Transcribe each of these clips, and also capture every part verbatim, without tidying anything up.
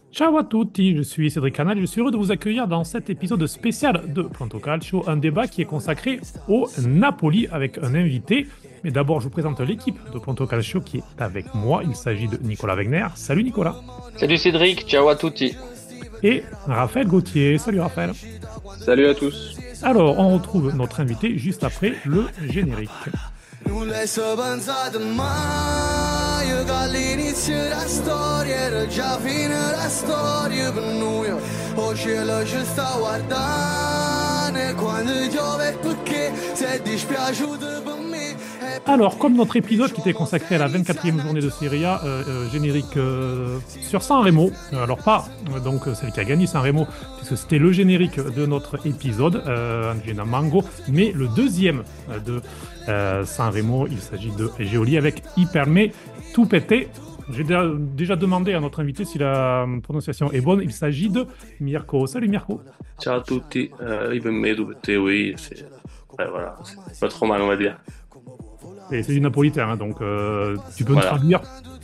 Ciao à tutti, je suis Cédric Canal et je suis heureux de vous accueillir dans cet épisode spécial de Pronto Calcio, un débat qui est consacré au Napoli avec un invité. Mais d'abord, je vous présente l'équipe de Pronto Calcio qui est avec moi. Il s'agit de Nicolas Wegner. Salut Nicolas. Salut Cédric, ciao à tutti. Et Raphaël Gauthier. Salut Raphaël. Salut à tous. Alors, on retrouve notre invité juste après le générique. Nulla è pensato mai che all'inizio della storia era già fine la storia per noi. O cielo ci sta guardando quando piove perché sei dispiaciuto per me. Alors, comme notre épisode qui était consacré à la vingt-quatrième journée de Serie A, euh, euh, générique euh, sur San Remo, euh, alors pas euh, donc euh, celle qui a gagné San Remo, puisque c'était le générique de notre épisode, euh, Angena Mango, mais le deuxième euh, de euh, San Remo, il s'agit de Geoli avec Iperme Tupete. J'ai déjà déjà demandé à notre invité si la prononciation est bonne. Il s'agit de Mirko. Salut Mirko. Ciao à tutti. Euh, Ivan Medou, oui, c'est ouais, voilà, c'est pas trop mal, on va dire. Et c'est du napolitain, hein, donc euh, tu peux me Voilà, traduire.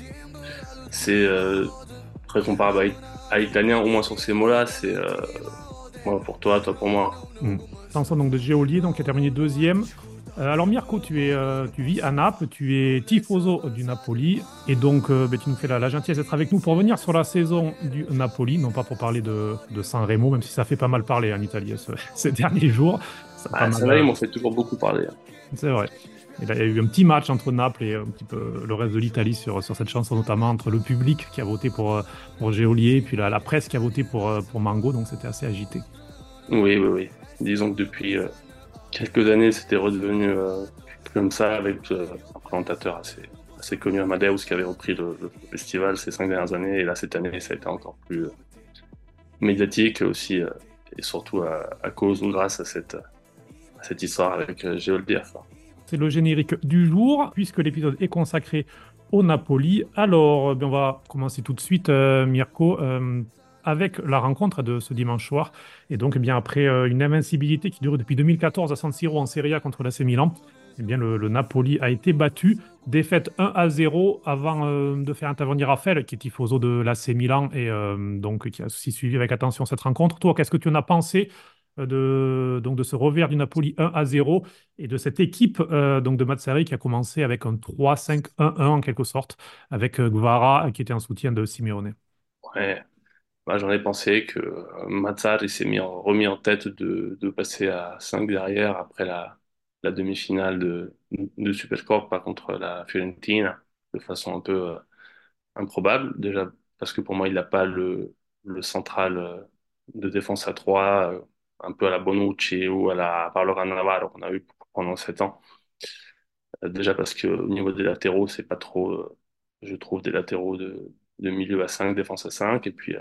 c'est euh, très comparable à, à l'italien, au moins sur ces mots-là, c'est euh, moi pour toi, toi pour moi. Hmm. Chanson donc de Geolier, donc qui a terminé deuxième. Euh, alors Mirko, tu es, euh, tu vis à Naples, tu es tifoso du Napoli, et donc euh, ben, tu nous fais la, la gentillesse d'être avec nous pour venir sur la saison du Napoli, non pas pour parler de, de San Remo, même si ça fait pas mal parler en Italie ce- ces derniers jours. Ça a pas Ah, mal, celle-là, euh, ils m'ont fait toujours beaucoup parler, hein. c'est vrai. Et là, il y a eu un petit match entre Naples et un petit peu le reste de l'Italie sur, sur cette chanson, notamment entre le public qui a voté pour, euh, pour Geolier, et puis la, la presse qui a voté pour, euh, pour Mango, donc c'était assez agité. Oui, oui, oui. Disons que depuis euh, quelques années, c'était redevenu euh, comme ça avec euh, un présentateur assez, assez connu, Amadeus, qui avait repris le, le festival ces cinq dernières années. Et là, cette année, ça a été encore plus euh, médiatique aussi, euh, et surtout à, à cause ou grâce à cette, à cette histoire avec euh, Géoldir. C'est le générique du jour, puisque l'épisode est consacré au Napoli. Alors, euh, ben, on va commencer tout de suite, euh, Mirko, euh, avec la rencontre de ce dimanche soir. Et donc, eh bien, après euh, une invincibilité qui dure depuis deux mille quatorze à San Siro en Serie A contre l'A C Milan, eh bien, le, le Napoli a été battu. Défaite un à zéro avant euh, de faire intervenir Raphaël, qui est tifoso de l'A C Milan et euh, donc qui a aussi suivi avec attention cette rencontre. Toi, qu'est-ce que tu en as pensé euh, de, donc de ce revers du Napoli un à zéro et de cette équipe euh, donc de Mazzarri qui a commencé avec un trois cinq un un en quelque sorte, avec euh, Guevara euh, qui était en soutien de Simeone. Ouais, bah, j'en ai pensé que euh, Mazzarri s'est mis en- remis en tête de, de passer à cinq derrière après la, la demi-finale de, de Supercoppa contre la Fiorentina de façon un peu euh, improbable. Déjà parce que pour moi, il n'a pas le, le central euh, de défense à trois, euh, un peu à la Bonucci ou à la Paolo Cannavaro qu'on a eu pendant sept ans. Euh, Déjà parce que au niveau des latéraux, c'est pas trop, euh, je trouve, des latéraux de, de milieu à cinq, défense à cinq. Et puis, euh,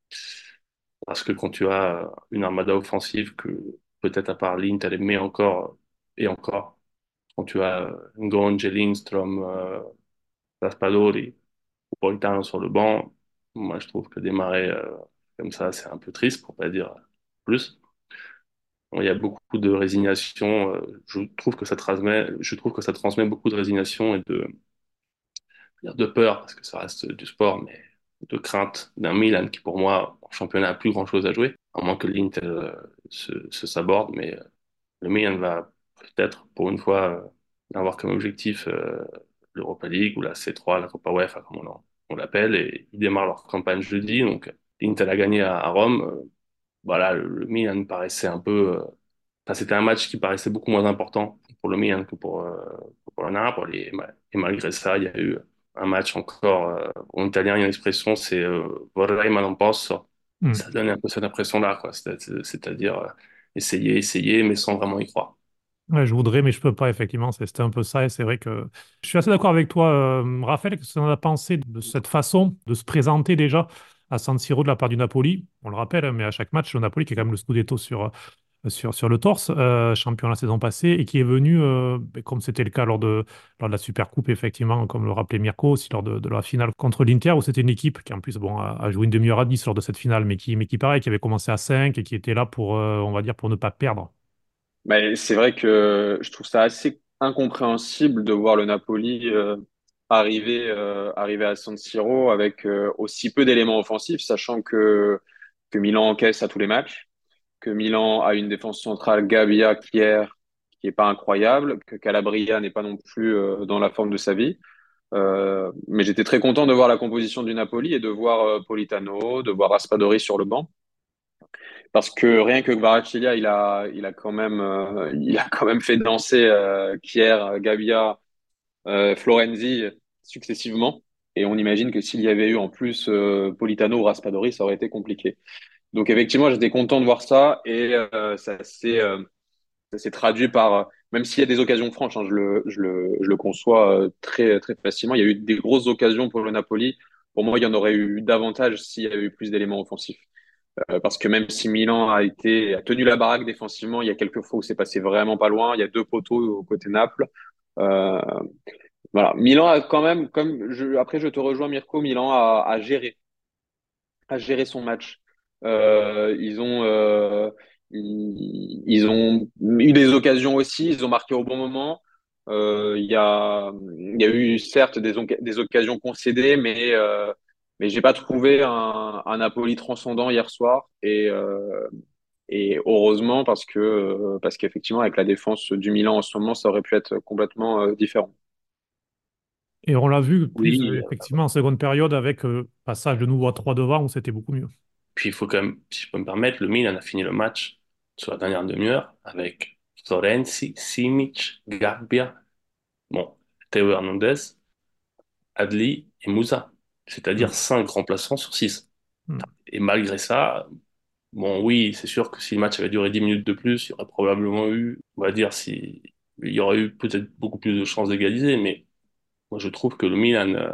parce que quand tu as euh, une armada offensive que peut-être à part l'Inter, mais encore et encore, quand tu as euh, Ngonge, Lindstrom, euh, Raspadori ou Politano sur le banc, moi je trouve que démarrer euh, comme ça, c'est un peu triste, pour pas dire plus. Bon, il y a beaucoup de résignation. euh, Je trouve que ça transmet, je trouve que ça transmet beaucoup de résignation et de de peur, parce que ça reste du sport, mais de crainte d'un Milan qui, pour moi, en championnat, a plus grand-chose à jouer, à moins que l'Inter euh, se, se saborde. Mais euh, le Milan va peut-être, pour une fois, euh, avoir comme objectif euh, l'Europa League ou la C trois, la Copa UEFA, comme on, en- on l'appelle, et ils démarrent leur campagne jeudi. Donc, l'Inter a gagné à, à Rome. Euh, voilà, le, le Milan paraissait un peu. euh, Enfin, c'était un match qui paraissait beaucoup moins important pour le Milan que pour, euh, que pour le Napoli. Et, ma- et malgré ça, il y a eu un match encore. Euh, en italien, il y a une expression, c'est euh, vorrei ma non posso. Hmm. Ça donne un peu cette impression-là, quoi. C'est- c'est- C'est-à-dire euh, essayer, essayer, mais sans vraiment y croire. Ouais, je voudrais, mais je peux pas, effectivement. C'est- C'était un peu ça, et c'est vrai que je suis assez d'accord avec toi, euh, Raphaël, que ce qu'on a pensé de cette façon de se présenter déjà à San Siro de la part du Napoli. On le rappelle, hein, mais à chaque match, le Napoli qui est quand même le Scudetto sur, sur, sur le torse, euh, champion la saison passée, et qui est venu, euh, ben, comme c'était le cas lors de, lors de la Supercoupe, effectivement, comme le rappelait Mirko, aussi lors de, de la finale contre l'Inter, où c'était une équipe qui, en plus, bon, a, a joué une demi-heure à dix lors de cette finale, mais qui, mais qui, pareil, qui avait commencé à cinq et qui était là pour, euh, on va dire, pour ne pas perdre. Mais c'est vrai que je trouve ça assez incompréhensible de voir le Napoli euh, arriver, euh, arriver à San Siro avec euh, aussi peu d'éléments offensifs, sachant que, que Milan encaisse à tous les matchs, que Milan a une défense centrale, Gabia, Kier, qui est pas incroyable, que Calabria n'est pas non plus euh, dans la forme de sa vie. Euh, mais j'étais très content de voir la composition du Napoli et de voir euh, Politano, de voir Raspadori sur le banc. Parce que rien que Kvaratskhelia, il a, il a quand même, euh, il a quand même fait danser euh, Kier, Gabia, euh, Florenzi successivement. Et on imagine que s'il y avait eu en plus euh, Politano ou Raspadori, ça aurait été compliqué. Donc effectivement, j'étais content de voir ça et euh, ça s'est euh, ça s'est traduit par, euh, même s'il y a des occasions franches, hein, je le, je le, je le conçois euh, très, très facilement. Il y a eu des grosses occasions pour le Napoli. Pour moi, il y en aurait eu davantage s'il y avait eu plus d'éléments offensifs. Euh, parce que même si Milan a été, a tenu la baraque défensivement, il y a quelques fois où c'est passé vraiment pas loin. Il y a deux poteaux au côté Naples. Euh, voilà. Milan a quand même, comme je, après je te rejoins Mirko, Milan a, a géré, a géré son match. Euh, ils ont, euh, ils, ils ont eu des occasions aussi. Ils ont marqué au bon moment. Euh, Il y a, il y a eu certes des, oca- des occasions concédées, mais euh, mais j'ai pas trouvé un, un Napoli transcendant hier soir. Et euh, et heureusement parce que euh, parce qu'effectivement avec la défense du Milan en ce moment, ça aurait pu être complètement euh, différent. Et on l'a vu plus Oui, euh, effectivement en seconde période avec euh, passage de nouveau à trois devant où c'était beaucoup mieux. puis il faut quand même, si je peux me permettre, le Milan a fini le match sur la dernière demi-heure avec Florenzi, Simic, Gabbia, bon, Théo Hernandez, Adli et Moussa. C'est-à-dire Mm. cinq remplaçants sur six. Mm. Et malgré ça, bon, oui, c'est sûr que si le match avait duré dix minutes de plus, il y aurait probablement eu, on va dire, si, il y aurait eu peut-être beaucoup plus de chances d'égaliser, mais moi je trouve que le Milan euh,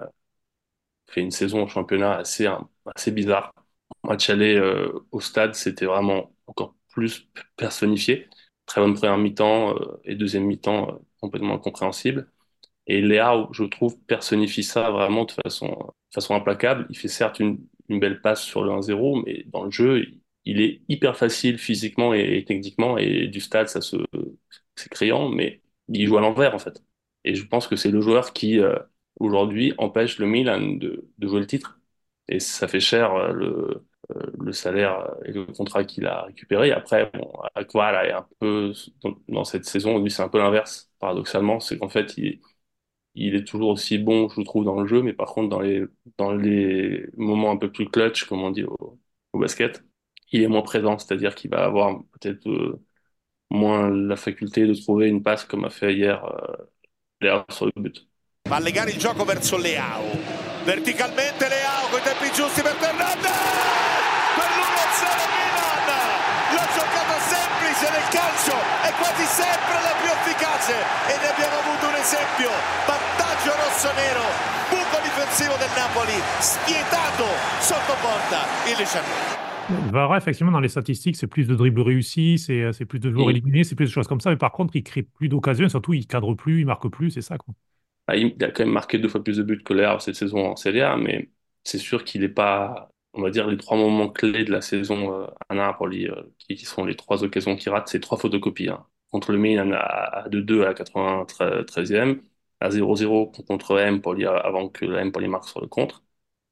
fait une saison au championnat assez, hein, assez bizarre. Match aller euh, au stade, c'était vraiment encore plus personnifié. Très bonne première mi-temps euh, et deuxième mi-temps euh, complètement incompréhensible. Et Léao, je trouve, personnifie ça vraiment de façon, de façon implacable. Il fait certes une, une belle passe sur le un zéro, mais dans le jeu, il, il est hyper facile physiquement et, et techniquement. Et du stade, ça se, c'est criant, mais il joue à l'envers, en fait. Et je pense que c'est le joueur qui, euh, aujourd'hui, empêche le Milan de, de jouer le titre. Et ça fait cher, euh, le, euh, le salaire et le contrat qu'il a récupéré. Après, bon, Aqua, est un peu, dans, dans cette saison, lui, c'est un peu l'inverse, paradoxalement. C'est qu'en fait, il il est toujours aussi bon, je trouve, dans le jeu, mais par contre, dans les, dans les moments un peu plus clutch, comme on dit au, au basket, il est moins présent, c'est-à-dire qu'il va avoir peut-être euh, moins la faculté de trouver une passe comme a fait hier euh, Léa sur le but. Va a legare il gioco verso Leao, verticalmente Leao con i tempi giusti per Fernandez, per l'uno a zero Milan, la giocata semplice nel calcio è quasi sempre la più efficace e ne abbiamo avuto un esempio, vantaggio rosso-nero, buco difensivo del Napoli, spietato sotto porta il diciannove. Vara, effectivement, dans les statistiques, c'est plus de dribbles réussis, c'est euh, c'est plus de joueurs Mm. éliminés, c'est plus de choses comme ça. Mais par contre, il crée plus d'occasions et surtout, il cadre plus, il marque plus, c'est ça, quoi. Ah, il il a quand même marqué deux fois plus de buts que Léa cette saison en Serie A, mais c'est sûr qu'il n'est pas, on va dire, les trois moments clés de la saison euh, à Napoli, euh, qui, qui sont les trois occasions qu'il rate, c'est trois photocopies. Hein. Contre le Milan à, à deux deux à la quatre-vingt-treizième, à zéro zéro contre Empoli euh, avant que Empoli marque sur le contre.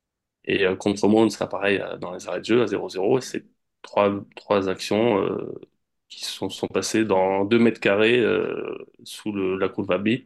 Et euh, contre Monza, pareil, euh, dans les arrêts de jeu à zéro zéro. Et c'est trois, trois actions euh, qui sont, sont passées dans deux mètres carrés euh, sous le, la cour de Vabi,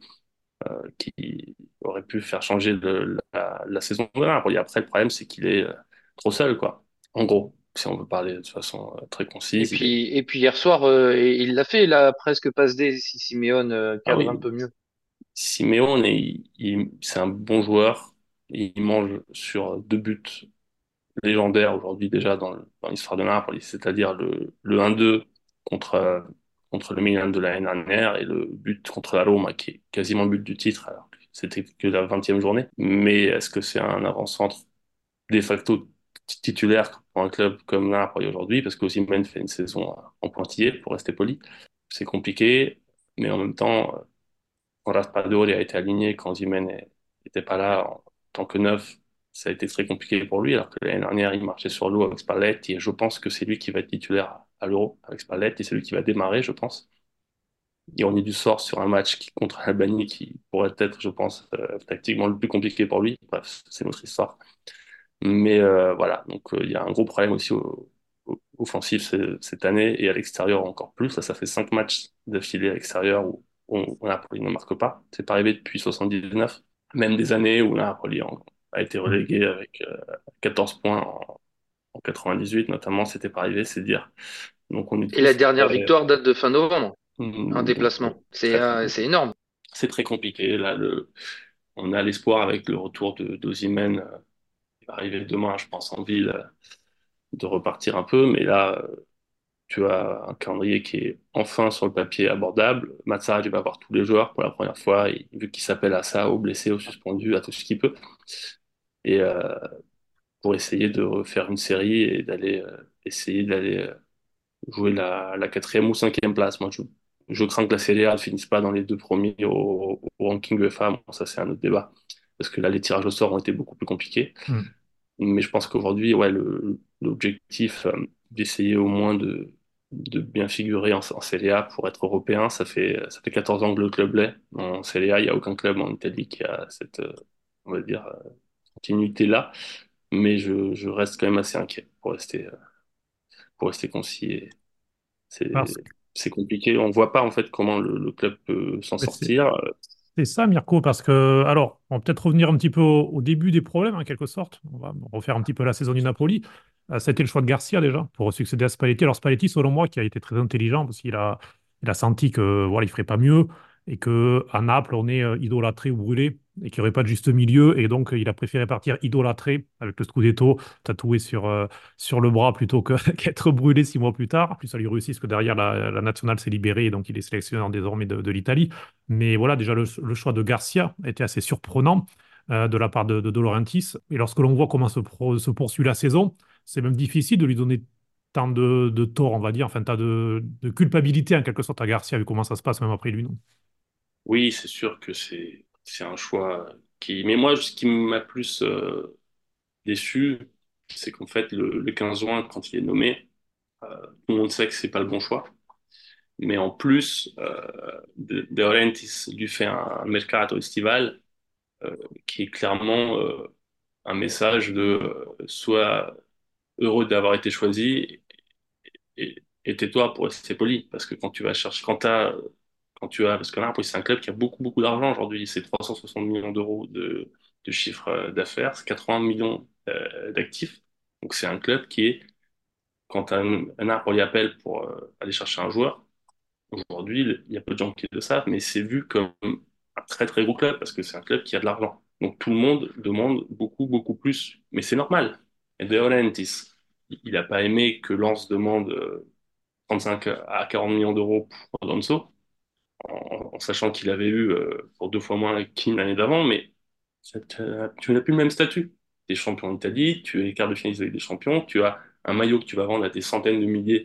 qui aurait pu faire changer le- la, la saison de Napoli. Après, le problème, c'est qu'il est euh, trop seul, quoi. En gros, si on veut parler de façon euh, très Et concise, il est... puis, et puis hier soir, euh, il l'a fait, il a presque passe D si Simeone euh, Ah cadre un oui, peu mieux. Simeone, il, il- c'est un bon joueur. Il mange sur deux buts légendaires aujourd'hui déjà dans, le- dans l'histoire de Napoli, c'est-à-dire le, le un deux contre, euh, contre le Milan de l'année dernière et le but contre la Roma, qui est quasiment le but du titre, alors que c'était que la vingtième journée. Mais est-ce que c'est un avant-centre de facto titulaire pour un club comme Naples aujourd'hui, parce qu'Osimhen fait une saison en pointillé, pour rester poli. C'est compliqué, mais en même temps, euh, quand Raspadori a été aligné, quand Osimhen n'était pas là en tant que neuf, ça a été très compliqué pour lui, alors que l'année dernière, il marchait sur l'eau avec Spalletti, et je pense que c'est lui qui va être titulaire à l'Euro avec Spalletti, c'est lui qui va démarrer, je pense. ironie du sort, sur un match qui, contre l'Albanie qui pourrait être, je pense, euh, tactiquement le plus compliqué pour lui. Bref, c'est notre histoire. Mais euh, voilà, donc euh, il y a un gros problème aussi au, au- offensif ce- cette année et à l'extérieur encore plus. Ça, ça fait cinq matchs d'affilée à l'extérieur où on, on Napoli ne marque pas. C'est pas arrivé depuis soixante-dix-neuf. Même des années où Napoli en- a été Mm. relégué avec euh, quatorze points en, en quatre-vingt-dix-huit, notamment, c'était pas arrivé, c'est dire. Donc on est Et la tous dernière très, victoire date de fin novembre, en hum, donc, déplacement. C'est très, très, euh, c'est énorme. c'est très compliqué. Là, le, on a l'espoir avec le retour de d'Osimhen, euh, qui va arriver demain, je pense, en ville, euh, de repartir un peu. Mais là, euh, tu as un calendrier qui est enfin sur le papier abordable. Matsaraj va avoir tous les joueurs pour la première fois, et, vu qu'il s'appelle à ça, aux blessés, aux suspendus, à tout ce qu'il peut. Et euh, pour essayer de refaire une série et d'aller euh, essayer d'aller euh, jouer la, la quatrième ou cinquième place. Moi, je, je crains que la Serie A ne finisse pas dans les deux premiers au, au ranking UEFA. Bon, ça, c'est un autre débat. Parce que là, les tirages au sort ont été beaucoup plus compliqués. Mm. Mais je pense qu'aujourd'hui, ouais, le, l'objectif euh, d'essayer au moins de, de bien figurer en, en Serie A pour être européen, ça fait, ça fait quatorze ans que le club l'est. En Serie A, il n'y a aucun club en Italie qui a cette, euh, on va dire, euh, continuité-là. Mais je, je reste quand même assez inquiet pour rester, euh, pour rester concis. Parce C'est c'est compliqué. On voit pas en fait comment le, le club peut s'en que c'est sortir. c'est ça, Mirko, parce que, alors, on va peut-être revenir un petit peu au, au début des problèmes, en quelque sorte. On va refaire un petit peu la saison du Napoli. Euh, ça a été le choix de Garcia, déjà, pour succéder à Spalletti. Alors, Spalletti, selon moi, qui a été très intelligent, parce qu'il a, il a senti que, voilà, il ferait pas mieux, et que à Naples, on est euh, idolâtré ou brûlé, et qu'il n'y aurait pas de juste milieu, et donc, il a préféré partir idolâtré, avec le Scudetto tatoué sur, euh, sur le bras, plutôt que- qu'être brûlé six mois plus tard. En plus, ça lui réussit, parce que derrière, la, la nationale s'est libérée, et donc il est sélectionneur désormais de, de l'Italie. Mais voilà, déjà, le, le choix de Garcia était assez surprenant euh, de la part de, de De Laurentiis. Et lorsque l'on voit comment se, pro- se poursuit la saison, c'est même difficile de lui donner tant de, de tort, on va dire, enfin, tant de, de culpabilité en quelque sorte à Garcia, vu comment ça se passe même après lui, non? Oui, c'est sûr que c'est c'est un choix qui. Mais moi, ce qui m'a plus euh, déçu, c'est qu'en fait, le, le quinze juin, quand il est nommé, euh, tout le monde sait que c'est pas le bon choix. Mais en plus, euh, De, De Laurentiis lui fait un mercato estival euh, qui est clairement euh, un message de euh, soit heureux d'avoir été choisi et, et tais-toi pour rester poli. Parce que quand tu vas chercher, quand t'as, quand tu as, parce que Naples, c'est un club qui a beaucoup, beaucoup d'argent aujourd'hui. C'est trois cent soixante millions d'euros de, de chiffre euh, d'affaires, c'est quatre-vingts millions euh, d'actifs. Donc c'est un club qui est, quand un, un Naples y appelle pour euh, aller chercher un joueur, aujourd'hui, il y a peu de gens qui le savent, mais c'est vu comme un très, très gros club parce que c'est un club qui a de l'argent. Donc tout le monde demande beaucoup, beaucoup plus. Mais c'est normal. Et De Laurentiis, il n'a pas aimé que Lens demande euh, trente-cinq à quarante millions d'euros pour Alonso, en, en sachant qu'il avait eu euh, pour deux fois moins Keane l'année d'avant, mais ça te- tu n'as plus le même statut. Tu es champion en Italie, tu es quart de finaliste avec des champions, tu as un maillot que tu vas vendre à des centaines de milliers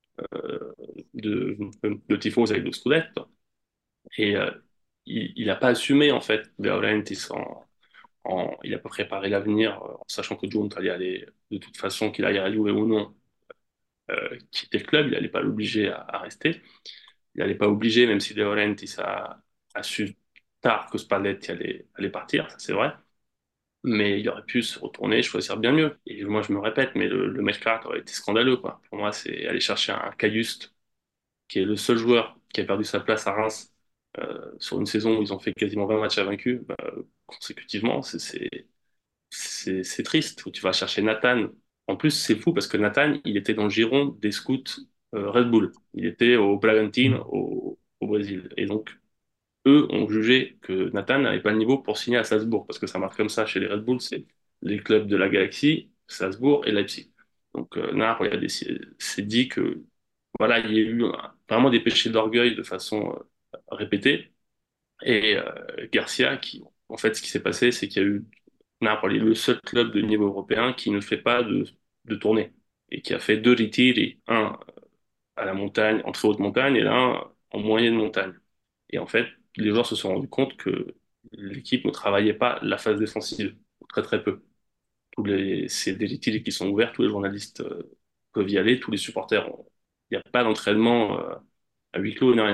de, de tifos avec le Scudetto. Et euh, il n'a pas assumé, en fait, De Laurentiis. En, en- il n'a pas préparé l'avenir, euh, en sachant que Giunta allait aller, de toute façon, qu'il aille à la Juve ou non, euh, quitter le club, il n'allait pas l'obliger à, à rester. Il n'allait pas obliger, même si De Laurentiis a, a su tard que Spalletti allait, allait partir, ça c'est vrai. Mais il aurait pu se retourner, choisir bien mieux. Et moi, je me répète, mais le, le mercato aurait été scandaleux, quoi. Pour moi, c'est aller chercher un Cajuste, qui est le seul joueur qui a perdu sa place à Reims euh, sur une saison où ils ont fait quasiment vingt matchs à vaincus bah, consécutivement. C'est c'est- c'est- c'est triste. Où tu vas chercher Nathan. En plus, c'est fou parce que Nathan, il était dans le giron des scouts euh, Red Bull. Il était au Bragantine, Mm. au, au Brésil. Et donc, eux ont jugé que Nathan n'avait pas le niveau pour signer à Salzbourg, parce que ça marche comme ça chez les Red Bull, c'est les clubs de la Galaxie, Salzbourg et Leipzig. Donc euh, Naples a décidé- s'est dit que voilà, il y a eu un- vraiment des péchés d'orgueil de façon euh, répétée. Et euh, Garcia, qui, en fait, ce qui s'est passé, c'est qu'il y a eu Naples est le seul club de niveau européen qui ne fait pas de, de tournée et qui a fait deux ritiri, un à la montagne, en très haute montagne, et l'un en moyenne montagne. Et en fait, les joueurs se sont rendus compte que l'équipe ne travaillait pas la phase défensive, très très peu. Tous les, c'est des ritiri qui sont ouverts, tous les journalistes euh, peuvent y aller, tous les supporters. ont- Il n'y a pas d'entraînement euh, à huis clos ni rien.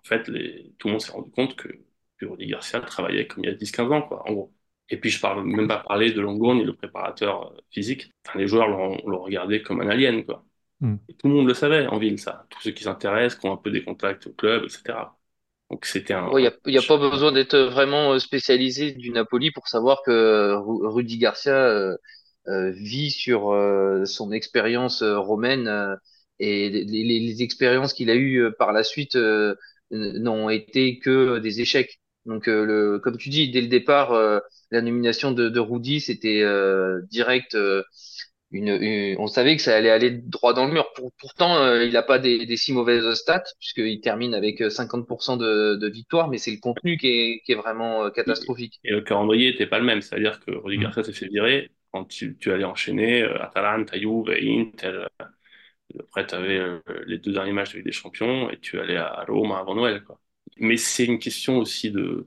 en fait, les, tout le monde s'est rendu compte que, que Rudy Garcia travaillait comme il y a dix quinze ans, quoi, en gros. Et puis, je parle même pas parler de Longoria, le préparateur euh, physique. Enfin, les joueurs l'ont l'ont regardé comme un alien, quoi. Hmm. Et tout le monde le savait en ville, ça. Tous ceux qui s'intéressent, qui ont un peu des contacts au club, et cetera. Donc, c'était un, Ouais, il un y a, y a coach. pas besoin d'être vraiment euh, spécialisé du Napoli pour savoir que euh, Ru- Rudy Garcia euh, euh, vit sur euh, son expérience euh, romaine euh, et les, les- les expériences qu'il a eues euh, par la suite euh, n- n'ont été que des échecs. Donc, euh, le, comme tu dis, dès le départ, euh, la nomination de, de Rudy, c'était euh, direct. euh, une, une- on savait que ça allait aller droit dans le mur. Pour- pourtant, euh, il n'a pas des, des si mauvaises stats, puisqu'il termine avec euh, cinquante pour cent de, de victoire, mais c'est le contenu qui est, qui est vraiment euh, Et, catastrophique. et le calendrier n'était pas le même. C'est-à-dire que Rudy Hmm. Garcia s'est fait virer quand tu, tu allais enchaîner euh, Atalanta, Juve, Inter. Après, tu avais euh, les deux derniers matchs de Ligue des Champions et tu allais à Rome avant Noël, quoi. Mais c'est une question aussi de,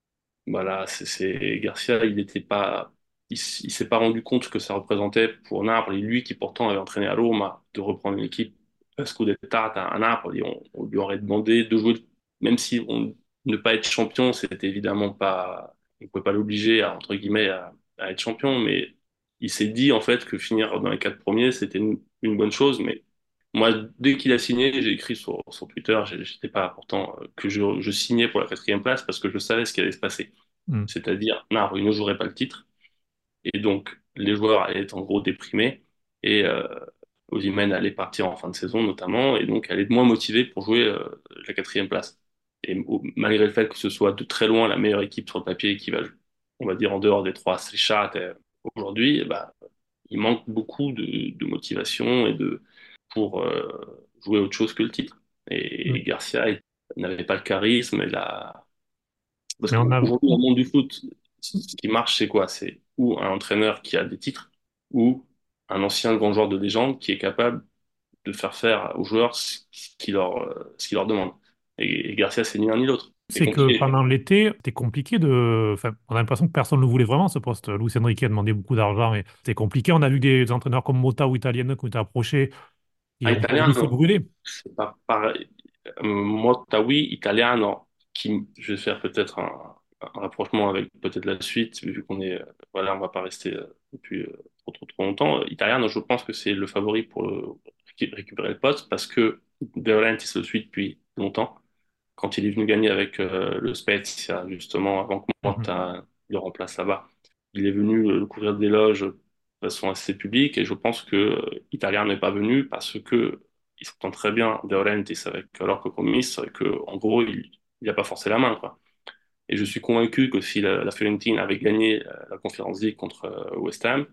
voilà, c'est c'est- Garcia, il n'était pas, il, s- il s'est pas rendu compte ce que ça représentait pour Naples. Et lui, qui pourtant avait entraîné à Rome, de reprendre une équipe Scudetto à Naples, et on, on lui aurait demandé de jouer, même si on, ne pas être champion, c'était évidemment pas, on pouvait pas l'obliger à, entre guillemets, à, à être champion, mais il s'est dit en fait que finir dans les quatre premiers, c'était une, une bonne chose. Mais moi, dès qu'il a signé, j'ai écrit sur, sur Twitter, j'ai- j'étais pas pourtant euh, que je, je signais pour la quatrième place parce que je savais ce qui allait se passer. Hmm. C'est-à-dire, Naples, il ne jouerait pas le titre. Et donc, les joueurs allaient être en gros déprimés. Et euh, Osimhen allait partir en fin de saison, notamment. Et donc, allait être moins motivé pour jouer euh, la quatrième place. Et au- malgré le fait que ce soit de très loin la meilleure équipe sur le papier qui va, on va dire, en dehors des trois Slichat aujourd'hui, eh ben, il manque beaucoup de, de motivation et de, pour euh, jouer autre chose que le titre. Hmm. Et Garcia il n'avait pas le charisme et la, parce Mais on a, qu'aujourd'hui, dans le monde du foot, ce qui marche, c'est quoi? C'est ou un entraîneur qui a des titres, ou un ancien grand joueur de légende qui est capable de faire faire aux joueurs ce qui leur, euh, ce qu'il leur demande. Et, et Garcia, c'est ni l'un ni l'autre. C'est c'est que compliqué. pendant l'été, c'était compliqué de. Enfin, on a l'impression que personne ne le voulait vraiment, ce poste. Luis Enrique a demandé beaucoup d'argent et c'était compliqué. On a vu des entraîneurs comme Mota ou Italiano qui ont été approchés et À ont voulu se Italiano, brûler. c'est pas pareil. Euh, Motta, oui, Italiano, qui, je vais faire peut-être un, un rapprochement avec peut-être la suite, vu qu'on est, euh, voilà, on va pas rester euh, depuis euh, trop, trop, trop longtemps. Euh, Italiano, je pense que c'est le favori pour le- récu- récupérer le poste parce que De Laurentiis le suit depuis longtemps. Quand il est venu gagner avec euh, le Spezia, justement, avant que Mhm. Motta le remplace là-bas, il est venu euh, le couvrir d'éloges de façon assez publique et je pense que euh, Italien n'est pas venu parce que il s'entend très bien De Laurentiis avec Rocco Commisso et que en gros il il a pas forcé la main, quoi. Et je suis convaincu que si la, la Fiorentina avait gagné euh, la Conference League contre euh, West Ham,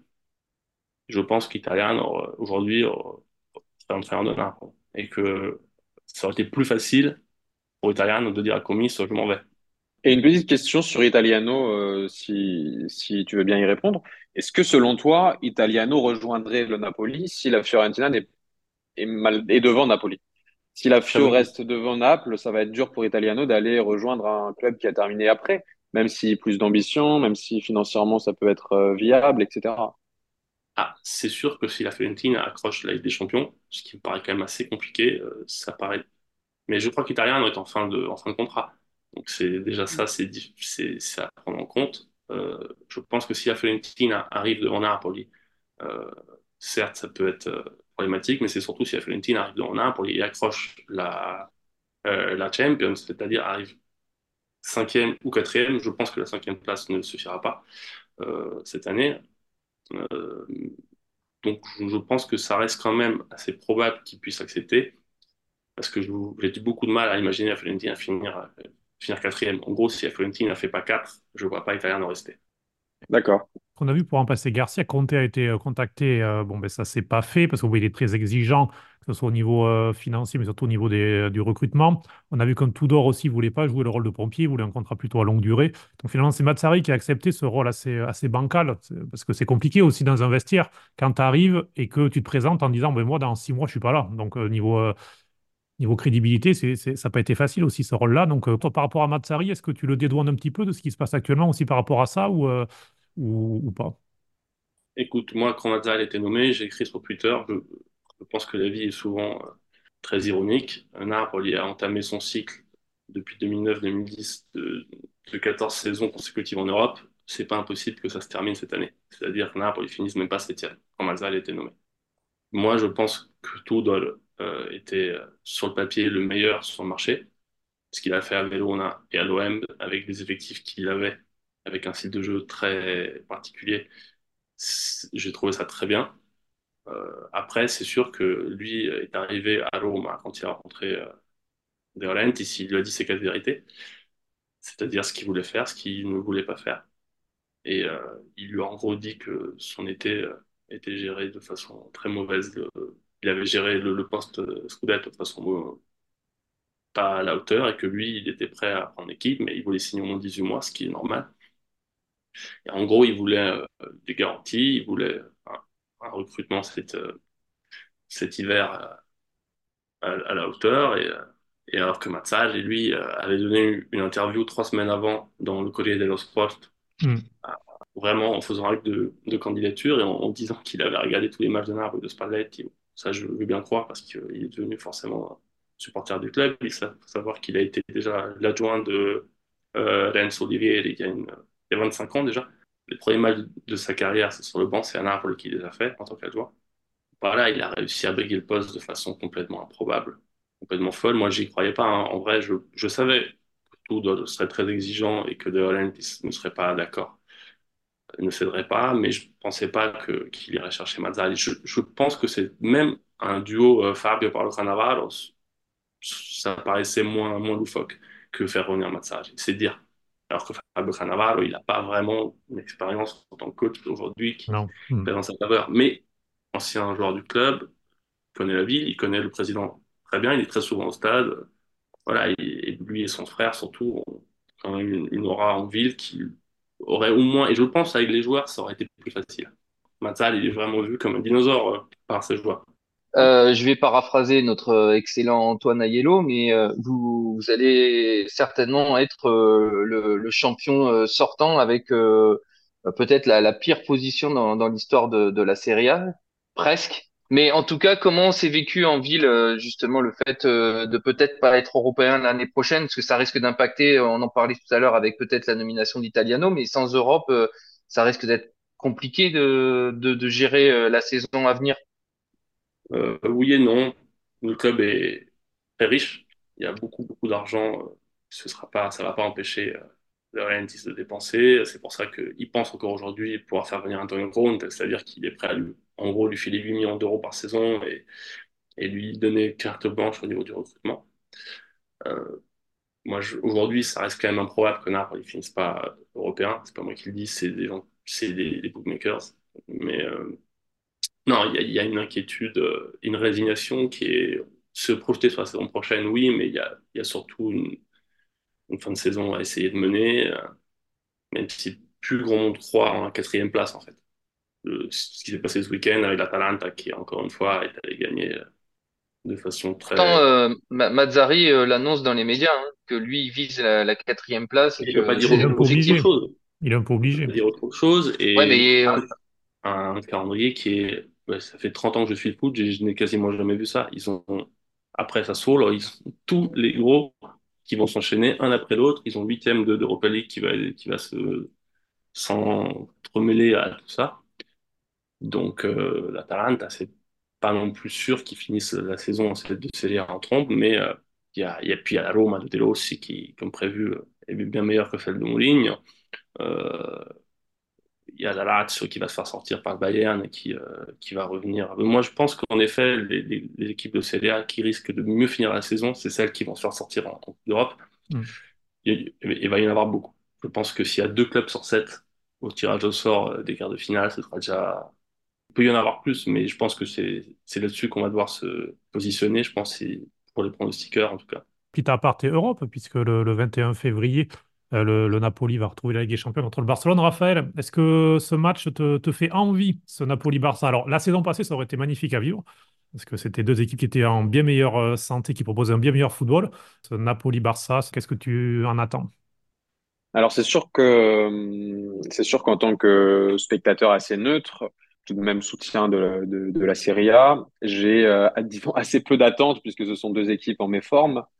je pense qu'Italien aurait- aujourd'hui euh, serait entraîneur de Naples et que ça aurait été plus facile pour Italien de dire à Commisso je m'en vais. Et une petite question sur Italiano, euh, si, si tu veux bien y répondre. Est-ce que selon toi, Italiano rejoindrait le Napoli si la Fiorentina n'est- est, mal, est devant Napoli? Si la Ça Fio veut dire reste devant Naples, ça va être dur pour Italiano d'aller rejoindre un club qui a terminé après, même si plus d'ambition, même si financièrement ça peut être euh, viable, et cetera. ah, c'est sûr que si la Fiorentina accroche la Ligue des Champions, ce qui me paraît quand même assez compliqué, euh, ça paraît. Mais je crois qu'Italien est en fin de, en fin de contrat. Donc c'est déjà ça, c'est diff- c'est c'est à prendre en compte. Euh, je pense que si la Fiorentina arrive devant Napoli, euh, certes, ça peut être euh, problématique, mais c'est surtout si la Fiorentina arrive devant Napoli et accroche la, euh, la Champions, c'est-à-dire arrive cinquième ou quatrième, je pense que la cinquième place ne suffira pas euh, cette année. Euh, Donc, je je pense que ça reste quand même assez probable qu'ils puissent accepter, parce que je- j'ai du beaucoup de mal à imaginer la Fiorentina finir, euh, finir quatrième. En gros, si la Fiorentina ne fait pas quatre, je ne vois pas Italien en rester. D'accord. Qu'on a vu pour remplacer Garcia, Conte a été euh, contacté. Euh, bon, ben, ça s'est pas fait parce qu'il est très exigeant, que ce soit au niveau euh, financier, mais surtout au niveau des, euh, du recrutement. On a vu qu'un Tudor aussi ne voulait pas jouer le rôle de pompier, il voulait un contrat plutôt à longue durée. Donc finalement, c'est Mazzarri qui a accepté ce rôle assez, assez bancal, c'est- parce que c'est compliqué aussi dans un vestiaire quand tu arrives et que tu te présentes en disant, ben, moi, dans six mois, je suis pas là. Donc euh, niveau, euh, niveau crédibilité, c'est, c'est- ça n'a pas été facile aussi ce rôle-là. Donc euh, toi, par rapport à Mazzarri, est-ce que tu le dédouanes un petit peu de ce qui se passe actuellement aussi par rapport à ça ou, euh, ou, ou pas? Écoute, moi, quand Mazzarri a été nommé, j'ai écrit sur Twitter, je, je pense que la vie est souvent euh, très ironique. Napoli a entamé son cycle depuis deux mille neuf deux mille dix, de, de quatorze saisons consécutives en Europe, c'est pas impossible que ça se termine cette année. C'est-à-dire que Naples, ils finissent même pas septième, quand Mazzarri a été nommé. Moi, je pense que Tudor euh, était euh, sur le papier le meilleur sur le marché, ce qu'il a fait à Verona et à l'O M avec les effectifs qu'il avait, avec un style de jeu très particulier. J'ai trouvé ça très bien. Euh, après, c'est sûr que lui est arrivé à Rome quand il a rencontré euh, De Laurentiis, il lui a dit ses quatre vérités, c'est-à-dire ce qu'il voulait faire, ce qu'il ne voulait pas faire. Et euh, il lui a en gros dit que son été euh, était géré de façon très mauvaise. Euh, il avait géré le, le poste euh, Scudetto de façon euh, pas à la hauteur et que lui, il était prêt à prendre l'équipe, mais il voulait signer au moins dix-huit mois, ce qui est normal. Et en gros, il voulait euh, des garanties, il voulait un, un recrutement cet, euh, cet hiver à, à la hauteur. Et, euh, et alors que Mazzarri, lui, euh, avait donné une interview trois semaines avant dans le Corriere dello Sport, Hmm. vraiment en faisant acte de, de candidature et en, en disant qu'il avait regardé tous les matchs de Naples et de Spalletti. Ça, je veux bien croire parce qu'il est devenu forcément supporter du club. Il faut savoir qu'il a été déjà l'adjoint de euh, Renzo Olivieri il y a, une, il y a vingt-cinq ans déjà. Les premiers matchs de sa carrière, c'est sur le banc, c'est à Naples qu'il les a fait en tant qu'adjoint. Voilà, il a réussi à briguer le poste de façon complètement improbable, complètement folle. Moi, j'y croyais pas, hein. En vrai, je, je savais que tout serait très exigeant et que De Laurentiis ne serait pas d'accord, ne céderait pas, mais je pensais pas que qu'il irait chercher Mazzarri. Je, je pense que c'est même un duo euh, Fabio Paolo Cannavaro, ça paraissait moins, moins loufoque que faire revenir Mazzarri. C'est dire. Alors que Fabio Cannavaro, il n'a pas vraiment une expérience en tant que coach aujourd'hui qui Non. Hmm. pèse en sa faveur. Mais ancien joueur du club, il connaît la ville, il connaît le président très bien, il est très souvent au stade. Voilà, et, et lui et son frère, surtout, ont quand même une, une aura en ville qui aurait au moins, et je pense avec les joueurs, ça aurait été plus facile. Mazzal, il est vraiment vu comme un dinosaure euh, par ses joueurs. Euh, je vais paraphraser notre euh, excellent Antoine Aiello, mais euh, vous, vous allez certainement être euh, le, le champion euh, sortant avec euh, peut-être la, la pire position dans, dans l'histoire de, de la Serie A, presque. Mais en tout cas, comment s'est vécu en ville euh, justement le fait euh, de peut-être pas être européen l'année prochaine, parce que ça risque d'impacter, on en parlait tout à l'heure avec peut-être la nomination d'Italiano, mais sans Europe, euh, ça risque d'être compliqué de, de, de gérer euh, la saison à venir. Euh, oui et non. Le club est très riche. Il y a beaucoup, beaucoup d'argent. Euh, Ce sera pas, ça va pas empêcher euh, de Laurentiis de dépenser. C'est pour ça qu'il pense encore aujourd'hui pouvoir faire venir Antonio Conte, c'est-à-dire qu'il est prêt à lui, en gros, lui filer huit millions d'euros par saison et, et lui donner carte blanche au niveau du recrutement. Euh, Moi, je- aujourd'hui, ça reste quand même improbable que Naples ne finisse pas européen. C'est pas moi qui le dis, c'est des gens, c'est des, des bookmakers. Mais euh, non, il y a, il y a une inquiétude, euh, une résignation qui est se projeter sur la saison prochaine, oui, mais il y a, il y a surtout une, une fin de saison à essayer de mener, euh, même si plus grand monde croit en la quatrième place, en fait. Le- ce qui s'est passé ce week-end avec l'Atalanta, qui encore une fois est allé gagner euh, de façon Pourtant, très. euh, Ma- Mazzarri euh, l'annonce dans les médias, hein, que lui, il vise la, la quatrième place et Il ne peut pas que dire Il est c'est un peu autre l'objectif. obligé. chose. Il est un peu Il peut obligé. pas dire autre chose. Ouais, Et mais euh, un calendrier qui est. Ouais, ça fait trente ans que je suis le foot, je, je n'ai quasiment jamais vu ça. Ils ont, après ça saoule, ils sont tous les gros qui vont s'enchaîner un après l'autre. Ils ont huitième de d'Europa League qui va, qui va se s'entremêler à tout ça. Donc euh, l'Atalanta, c'est pas non plus sûr qu'ils finissent la saison en cette de Serie A en trombe, mais euh, il y a, il y a puis il y a la Roma de De Rossi qui, comme prévu, est bien meilleure que celle de Mourinho. Euh, il y a la Lazio qui va se faire sortir par le Bayern et qui, euh, qui va revenir. Moi, je pense qu'en effet, les, les- les équipes de Serie A qui risquent de mieux finir la saison, c'est celles qui vont se faire sortir en, en Coupe d'Europe. Hmm. Il, il va y en avoir beaucoup. Je pense que s'il y a deux clubs sur sept au tirage au sort euh, des quarts de finale, ce sera déjà. Il peut y en avoir plus, mais je pense que c'est c'est là-dessus qu'on va devoir se positionner, je pense, si- pour les pronostiqueurs en tout cas. Petit aparté Europe, puisque le, le vingt et un février, euh, le, le Napoli va retrouver la Ligue des Champions contre le Barcelone. Raphaël, est-ce que ce match te, te fait envie, ce Napoli-Barça? Alors, la saison passée, ça aurait été magnifique à vivre, parce que c'était deux équipes qui étaient en bien meilleure euh, santé, qui proposaient un bien meilleur football. Ce Napoli-Barça, qu'est-ce que tu en attends? Alors c'est sûr que euh, c'est sûr qu'en tant que spectateur assez neutre, tout de même soutien de, la- de, de la Serie A, j'ai euh, disons, assez peu d'attentes puisque ce sont deux équipes en méforme.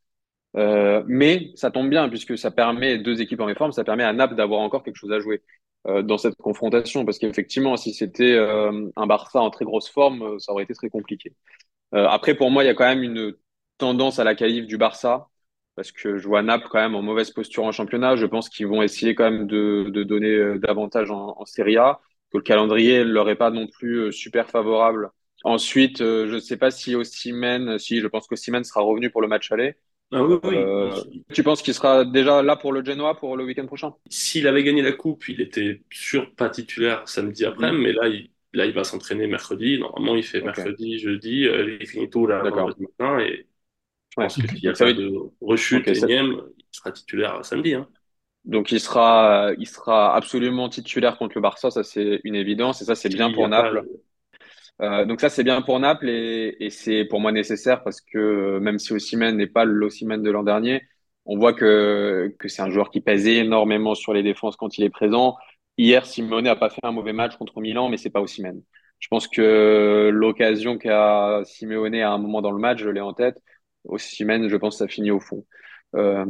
Euh, mais ça tombe bien puisque ça permet deux équipes en méforme, ça permet à Naples d'avoir encore quelque chose à jouer euh, dans cette confrontation. Parce qu'effectivement, si c'était euh, un Barça en très grosse forme, euh, ça aurait été très compliqué. Euh, après, pour moi, il y a quand même une tendance à la qualif du Barça parce que je vois Naples quand même en mauvaise posture en championnat. Je pense qu'ils vont essayer quand même de, de donner euh, davantage en, en Serie A, que le calendrier ne leur est pas non plus euh, super favorable. Ensuite, euh, je ne sais pas si Osimhen, si je pense qu'Osimhen sera revenu pour le match aller. Ah oui, oui. Euh, il- tu penses qu'il sera déjà là pour le Genoa pour le week-end prochain? S'il avait gagné la coupe, il était sûr pas titulaire samedi après, Mhm. mais là, il, là, il va s'entraîner mercredi. Normalement, il fait Ok, mercredi, jeudi, euh, il finit tôt là, d'accord. vendredi matin, et je Ouais. pense que s'il n'y a Donc ça pas veut de ok, rechute ça- énième, il sera titulaire samedi, hein. donc il sera, il sera absolument titulaire contre le Barça, ça c'est une évidence et ça c'est bien S'il n'y pour a pas. Naples. Euh, donc ça c'est bien pour Naples et, et c'est pour moi nécessaire parce que euh, même si Osimhen n'est pas l'Osimhen de l'an dernier, on voit que que c'est un joueur qui pèse énormément sur les défenses quand il est présent. Hier, Simeone a pas fait un mauvais match contre Milan, mais c'est pas Osimhen. Je pense que l'occasion qu'a Simeone à un moment dans le match, je l'ai en tête. Osimhen, je pense, que ça finit au fond. Euh,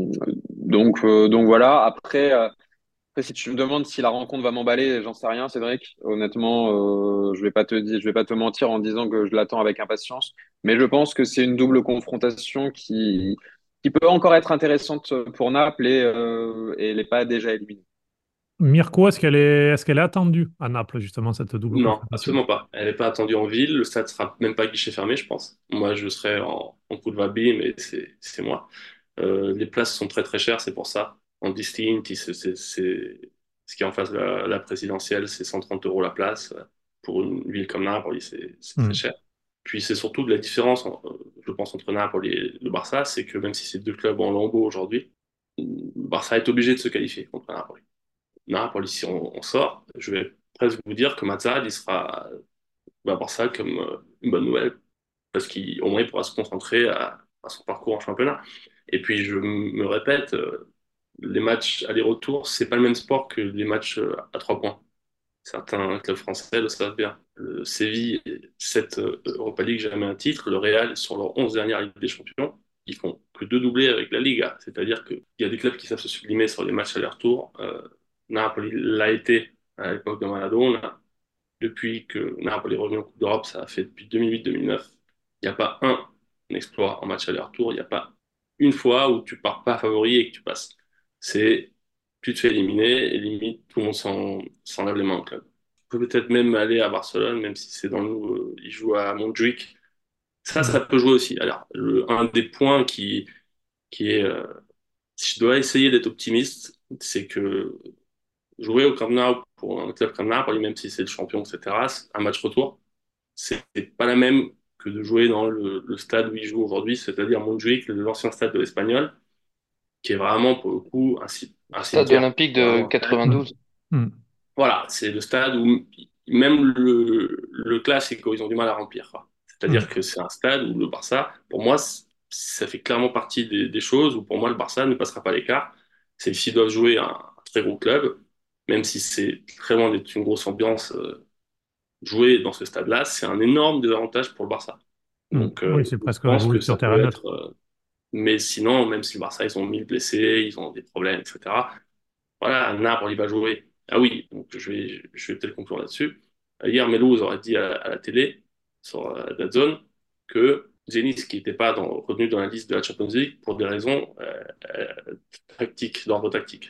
donc euh, donc voilà. Après. euh, après, si tu me demandes si la rencontre va m'emballer, j'en sais rien, Cédric. Honnêtement, euh, je vais pas te dire, je vais pas te mentir en disant que je l'attends avec impatience. Mais je pense que c'est une double confrontation qui, qui peut encore être intéressante pour Naples et, euh, et elle n'est pas déjà éliminée. Mirko, est-ce qu'elle est, est-ce qu'elle est attendue à Naples, justement, cette double Non, confrontation? absolument pas. Elle n'est pas attendue en ville. Le stade sera même pas guichet fermé, je pense. Moi, je serai en, en coup de va-bille, mais c'est c'est moi. Euh, les places sont très très chères, c'est pour ça. En distinct, c'est c'est- c'est- ce qui est en face de la, la présidentielle, c'est cent trente euros la place. Pour une ville comme Naples, c'est c'est très Hmm. cher. Puis c'est surtout de la différence, en- euh, je pense, entre Naples et le Barça, c'est que même si c'est deux clubs en lambeaux aujourd'hui, le Barça est obligé de se qualifier contre Naples. Naples, si on, on sort, je vais presque vous dire que Mazzarri il sera va voir ça comme euh, une bonne nouvelle, parce qu'au moins il pourra se concentrer à, à son parcours en championnat. Et puis je me répète, euh, les matchs aller-retour, c'est pas le même sport que les matchs euh, à trois points. Certains clubs français le savent bien. Le Séville, cette Europa League, jamais un titre. Le Real, sur leurs onze dernières Ligues des Champions, ils font que deux doublés avec la Liga. C'est-à-dire qu'il y a des clubs qui savent se sublimer sur les matchs aller-retour. Euh, Napoli l'a été à l'époque de Maradona. Depuis que Naples est revenu en Coupe d'Europe, ça a fait depuis deux mille huit deux mille neuf. Il n'y a pas un exploit en match aller-retour. Il n'y a pas une fois où tu pars pas favori et que tu passes. C'est, tu te fais éliminer et limite, tout le monde s'en s'en lave les mains au club. On peut peut-être même aller à Barcelone, même si c'est dans nous, euh, ils jouent à Montjuic. Ça, Hmm. ça peut jouer aussi. Alors, le- un des points qui, qui est, euh, si je dois essayer d'être optimiste, c'est que jouer au Camp Nou pour un club comme Naples, même si c'est le champion, et cetera, un match retour, c'est pas la même que de jouer dans le, le stade où il joue aujourd'hui, c'est-à-dire Montjuic, l'ancien stade de l'Espagnol, qui est vraiment pour le coup un, un Stade cimetière. olympique de Vraiment. Hmm. quatre-vingt-douze. Hmm. Voilà, c'est le stade où même le, le classico, ils ont du mal à remplir, quoi. Hmm. C'est-à-dire que c'est un stade où le Barça, pour moi, ça fait clairement partie des, des choses où pour moi le Barça ne passera pas l'écart. C'est s'ils doivent jouer un, un très gros club, même si c'est très loin d'être une grosse ambiance, euh, jouer dans ce stade-là, c'est un énorme désavantage pour le Barça. Hmm. Donc, Oui, euh, c'est je presque pense jouer que sur ça terrain peut neutre. être. euh, Mais sinon, même si le Barça, ils ont mille blessés, ils ont des problèmes, et cetera. Voilà, Naples, il va jouer. Ah oui, donc je vais, je vais peut-être conclure là-dessus. Euh, Hier, Melo aurait dit à, à la télé, sur euh, DAZN, que Zenit, qui n'était pas dans, retenu dans la liste de la Champions League pour des raisons euh, euh, tactiques, d'ordre tactique.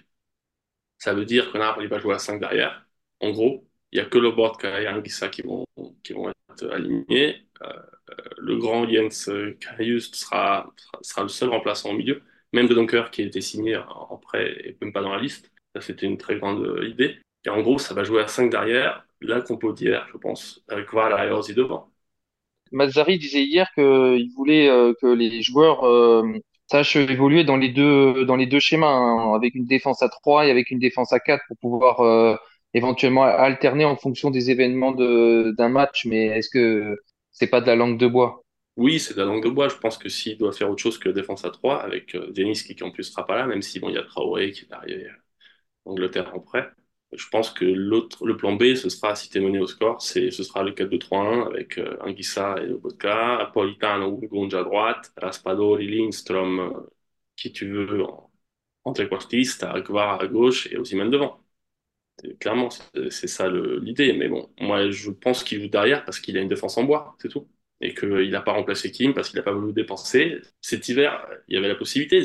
Ça veut dire que Naples, il va jouer à cinq derrière. En gros, il n'y a que le Lobotka et Anguissa qui vont, qui vont être alignés. Euh, le grand Jens Karius sera, sera, sera le seul remplaçant au milieu. Même de Donker qui a été signé en prêt et même pas dans la liste. Ça, c'était une très grande euh, idée. Et en gros, ça va jouer à cinq derrière. La compo d'hier, je pense, avec Vala et Orsi devant. Mazzari disait hier qu'il voulait euh, que les joueurs euh, sachent évoluer dans les deux dans les deux schémas, hein, avec une défense à trois et avec une défense à quatre pour pouvoir euh, éventuellement alterner en fonction des événements de d'un match. Mais est-ce que c'est pas de la langue de bois? Oui, c'est de la langue de bois. Je pense que s'il doit faire autre chose que défense à trois, avec euh, Denis qui, qui en plus sera pas là, même si bon, il y a Traoré qui est arrivé Angleterre en prêt. Je pense que l'autre, le plan B, ce sera, si tu es mené au score, c'est, ce sera le quatre deux trois un avec euh, Anguissa et Lobotka, Politano ou Gonja à droite, Raspadori, Lindström, qui tu veux en, en trequartiste, t'as Guevara à gauche et Osimhen devant. C'est- Clairement, c'est c'est ça le- l'idée. Mais bon, moi, je pense qu'il joue derrière parce qu'il a une défense en bois, c'est tout. Et qu'il n'a pas remplacé Kim parce qu'il n'a pas voulu dépenser. Cet hiver, il y avait la possibilité.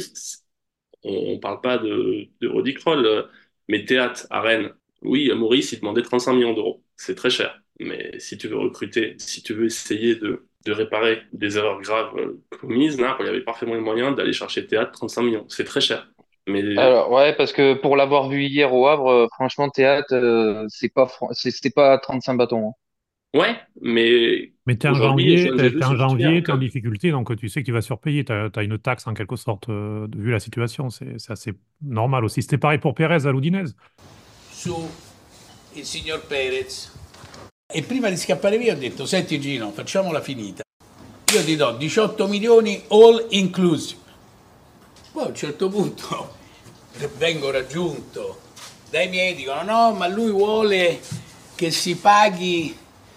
On ne parle pas de, de Rodi Kroll, euh, mais Théâtre à Rennes, oui, Maurice, il demandait trente-cinq millions d'euros. C'est très cher. Mais si tu veux recruter, si tu veux essayer de, de réparer des erreurs graves euh, commises, là, il y avait parfaitement les moyens d'aller chercher Théâtre trente-cinq millions. C'est très cher. Mais Alors, ouais, parce que pour l'avoir vu hier au Havre, euh, franchement, Théâtre, euh, c'est pas, fran- c'est c'est pas trente-cinq bâtons, hein. ouais, mais Mais t'es en aujourd'hui, janvier, Johan t'es Jesus t'es en est titulaire en janvier, t'es en club. difficulté, donc tu sais qu'il va surpayer. T'as, t'as une taxe en quelque sorte, euh, de- vu la situation. C'est c'est assez normal aussi. C'était pareil pour Pérez à l'Udinese. Su il signor Perez. E prima di scappare via ho detto, senti Gino, facciamola finita. Io ti do diciotto milioni all inclusive. Poi a un certo punto vengo raggiunto dai miei, dicono no, ma lui vuole che si paghi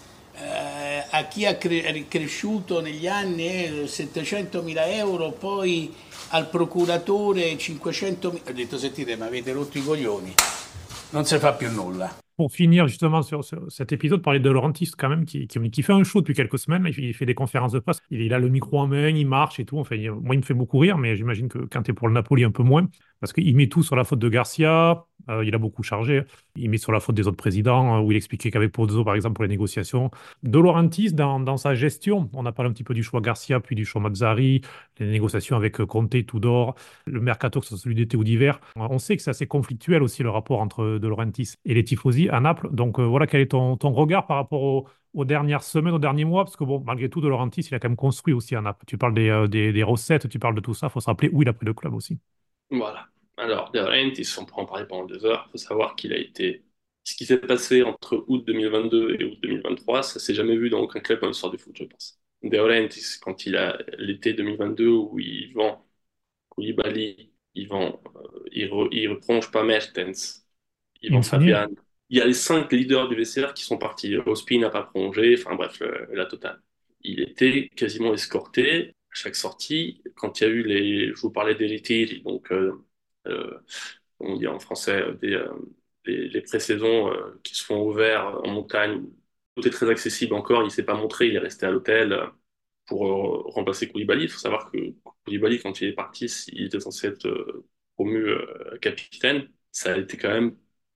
eh, a chi ha cre- cresciuto negli anni eh, settecentomila euro, poi al procuratore cinquecentomila. Ho detto, sentite, ma avete rotto i coglioni, non si fa più nulla. Pour finir justement sur, sur cet épisode, parler de Laurentis quand même, qui, qui, qui fait un show depuis quelques semaines. Il fait, il fait des conférences de presse. Il, il a le micro en main, il marche et tout. Enfin, il- moi, il me fait beaucoup rire, mais j'imagine que quand tu es pour le Napoli, un peu moins. Parce qu'il met tout sur la faute de Garcia. Euh, il a beaucoup chargé. Il met sur la faute des autres présidents, euh, où il expliquait qu'avec Pozzo, par exemple, pour les négociations. De Laurentis, dans, dans sa gestion, on a parlé un petit peu du choix Garcia, puis du choix Mazzari, les négociations avec euh, Conte, Tudor, le mercato, que ce soit celui d'été ou d'hiver. On sait que c'est assez conflictuel aussi le rapport entre De Laurentiis et les tifosi à Naples. Donc euh, voilà, quel est ton, ton regard par rapport au- aux dernières semaines, aux derniers mois? Parce que bon, malgré tout, De Laurentiis, il a quand même construit aussi à Naples. Tu parles des, euh, des, des recettes, tu parles de tout ça. Il faut se rappeler où il a pris le club aussi. Voilà. Alors, De Laurentiis, on pourra en parler pendant deux heures. Il faut savoir qu'il a été. Ce qui s'est passé entre août deux mille vingt-deux et août deux mille vingt-trois, ça s'est jamais vu dans aucun club dans l'histoire du foot, je pense. De Laurentiis, quand il a l'été deux mille vingt-deux où il vend Koulibaly, il vend, euh, il, re- il reprolonge pas Mertens, il vend Insigné. Fabian. Il y a les cinq leaders du V C R qui sont partis. Ospina n'a pas prolongé, enfin bref, le- la totale. Il était quasiment escorté à chaque sortie. Quand il y a eu les, je vous parlais des ritiri, donc euh, euh, on dit en français euh, des, euh, les, les pré-saisons euh, qui se font au vert en montagne. Tout est très accessible encore. Il s'est pas montré, il est resté à l'hôtel euh, pour euh, remplacer Koulibaly. Il faut savoir que Koulibaly, quand il est parti, il était censé être euh, promu euh, capitaine. Ça a été quand même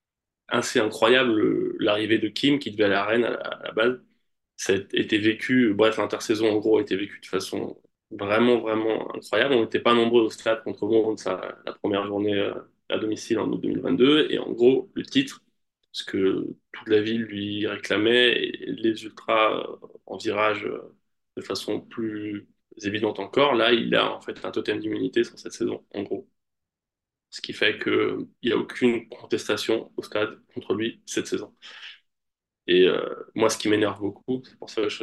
assez incroyable le- l'arrivée de Kim qui devait aller à Rennes à la, à la base. Ça a été vécu, bref, l'intersaison en gros a été vécue de façon vraiment, vraiment incroyable. On n'était pas nombreux au stade contre Mons la, la première journée euh, à domicile en août deux mille vingt-deux. Et en gros, le titre, ce que toute la ville lui réclamait, et les ultras euh, en virage euh, de façon plus évidente encore, là, il a en fait un totem d'immunité sur cette saison, en gros. Ce qui fait qu'il n'y a aucune contestation au stade contre lui cette saison. Et euh, moi, ce qui m'énerve beaucoup, c'est pour ça que je,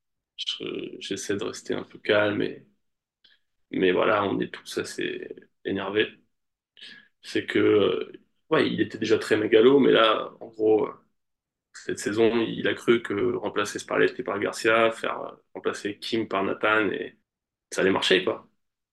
je- j'essaie de rester un peu calme, et, mais voilà, on est tous assez énervés. C'est que, euh, ouais, il était déjà très mégalo, mais là, en gros, euh, cette saison, il a cru que remplacer Spalletti par Garcia, faire euh, remplacer Kim par Nathan, et ça allait marcher, quoi.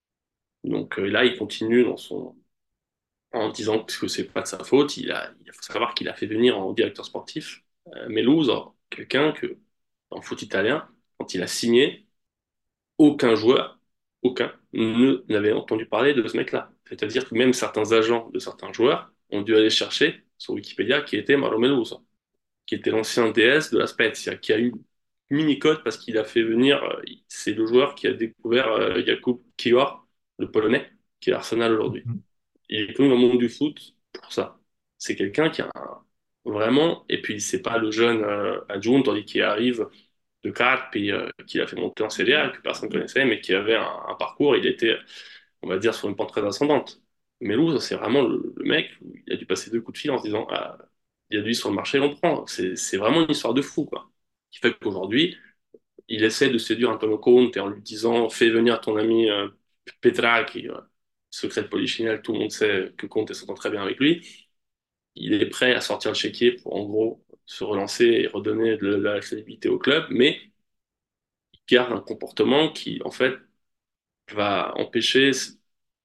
Donc euh, là, il continue dans son, en disant que c'est pas de sa faute. Il a, il faut savoir qu'il a fait venir en directeur sportif euh, Meluso, quelqu'un que, dans le foot italien, quand il a signé, aucun joueur, aucun, ne n'avait entendu parler de ce mec-là. C'est-à-dire que même certains agents de certains joueurs ont dû aller chercher sur Wikipédia qui était Mauro Meluso, qui était l'ancien D S de la Spezia, qui a eu une mini-cote parce qu'il a fait venir, euh, c'est le joueur qui a découvert euh, Jakub Kiwior, le Polonais, qui est à Arsenal aujourd'hui. Mhm. Il est connu dans le monde du foot pour ça. C'est quelqu'un qui a un- vraiment, et puis c'est pas le jeune euh, adjoint tandis qui arrive de Carp puis euh, qui a fait monter en Serie A, que personne ne connaissait, mais qui avait un, un parcours, il était, on va dire, sur une pente très ascendante. Mais Lou, c'est vraiment le, le mec où il a dû passer deux coups de fil en se disant, ah, il y a du sur le marché, on prend. C'est c'est vraiment une histoire de fou, quoi. Qui fait qu'aujourd'hui, il essaie de séduire Antonio Conte en lui disant, fais venir ton ami euh, Petra, qui euh, secret de Polichinelle, tout le monde sait que Conte s'entend très bien avec lui. Il est prêt à sortir le chéquier pour, en gros, se relancer et redonner de la crédibilité au club, mais il garde un comportement qui, en fait, va empêcher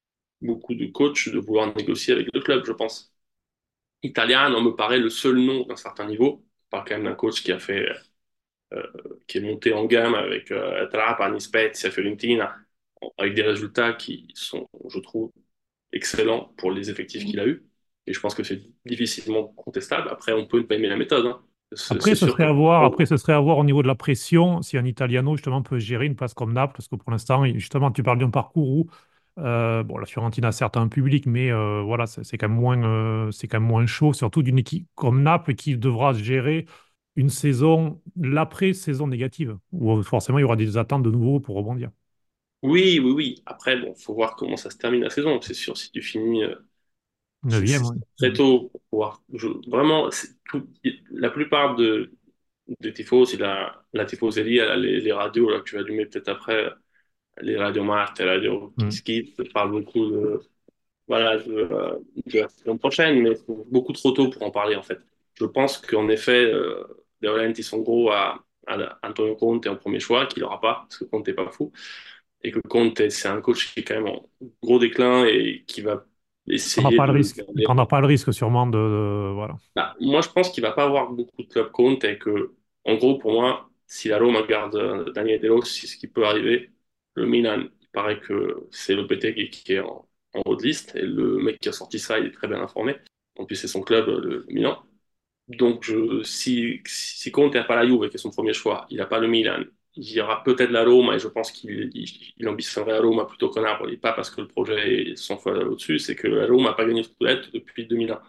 beaucoup de coachs de vouloir négocier avec le club, je pense. Italiano me paraît le seul nom d'un certain niveau. On parle quand même d'un coach qui a fait, euh, qui est monté en gamme avec euh, Trapani, Spezia, Fiorentina, avec des résultats qui sont, je trouve, excellents pour les effectifs qu'il a eus. Et je pense que c'est difficilement contestable. Après, on peut ne pas aimer la méthode, hein. C'est Après, c'est ce sûr serait que à voir, après, ce serait à voir au niveau de la pression si un Italiano, justement, peut gérer une place comme Naples, parce que pour l'instant, justement, tu parles d'un parcours où, euh, bon, la Fiorentina a certes un public, mais euh, voilà, c'est c'est quand même moins, euh, c'est quand même moins chaud, surtout d'une équipe comme Naples qui devra gérer une saison, l'après-saison négative, où euh, forcément, il y aura des attentes de nouveau pour rebondir. oui, oui, oui. Après, bon, faut voir comment ça se termine la saison. C'est sûr, si tu finis, euh, c'est Neuvième, c'est oui. très tôt pour pouvoir. je- vraiment, c'est tout, la plupart de, des tifos, c'est la, la tifoserie, elle a les, les radios là, que tu vas allumer peut-être après, les radios Marte, les radios Mm. Kiss Kiss, ça parle beaucoup de, voilà, de, euh, de la saison prochaine, mais c'est beaucoup trop tôt pour en parler en fait. Je pense qu'en effet, euh, De Laurentiis sont gros à, à Antonio Conte en premier choix, qu'il n'aura pas, parce que Conte n'est pas fou. Et que Conte, c'est un coach qui est quand même en gros déclin et qui va Il prendra essayer pas le de risque. Il garder. prendra pas le risque, sûrement, de, de- voilà. Bah, moi, je pense qu'il va pas avoir beaucoup de club Conte et que, en gros, pour moi, si la Roma garde euh, Daniel De Rossi, c'est ce qui peut arriver. Le Milan, il paraît que c'est Lopetegui qui est en, en haut de liste et le mec qui a sorti ça, il est très bien informé. En plus, c'est son club, le, le Milan. Donc, je, si, si Conte n'a pas la Juve, qui est son premier choix, il n'a pas le Milan, il y aura peut-être la Roma, et je pense qu'il il, il ambitionnerait la Roma plutôt que Napoli, pas parce que le projet est cent fois au-dessus, c'est que la Roma n'a pas gagné de Scudetto depuis deux mille un.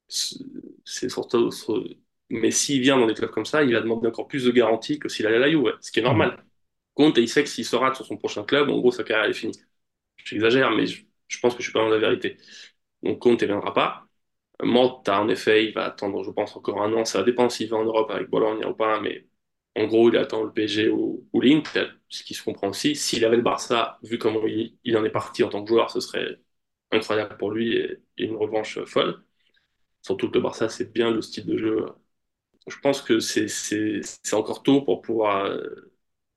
C'est surtout, mais s'il vient dans des clubs comme ça, il va demander encore plus de garanties que s'il allait à la Juve, ce qui est Mm. normal. Conte, il sait que s'il se rate sur son prochain club, en gros, sa carrière est finie. J'exagère, mais je, je pense que je suis pas dans la vérité. Donc Conte ne viendra pas. Motta, en effet, il va attendre, je pense, encore un an. Ça dépend s'il va en Europe avec Bologne ou pas, mais en gros, il attend le P S G ou, ou l'Inter, ce qui se comprend aussi. S'il avait le Barça, vu comment il, il en est parti en tant que joueur, ce serait incroyable pour lui et, et une revanche folle. Surtout que le Barça, c'est bien le style de jeu. Je pense que c'est c'est- c'est encore tôt pour pouvoir euh,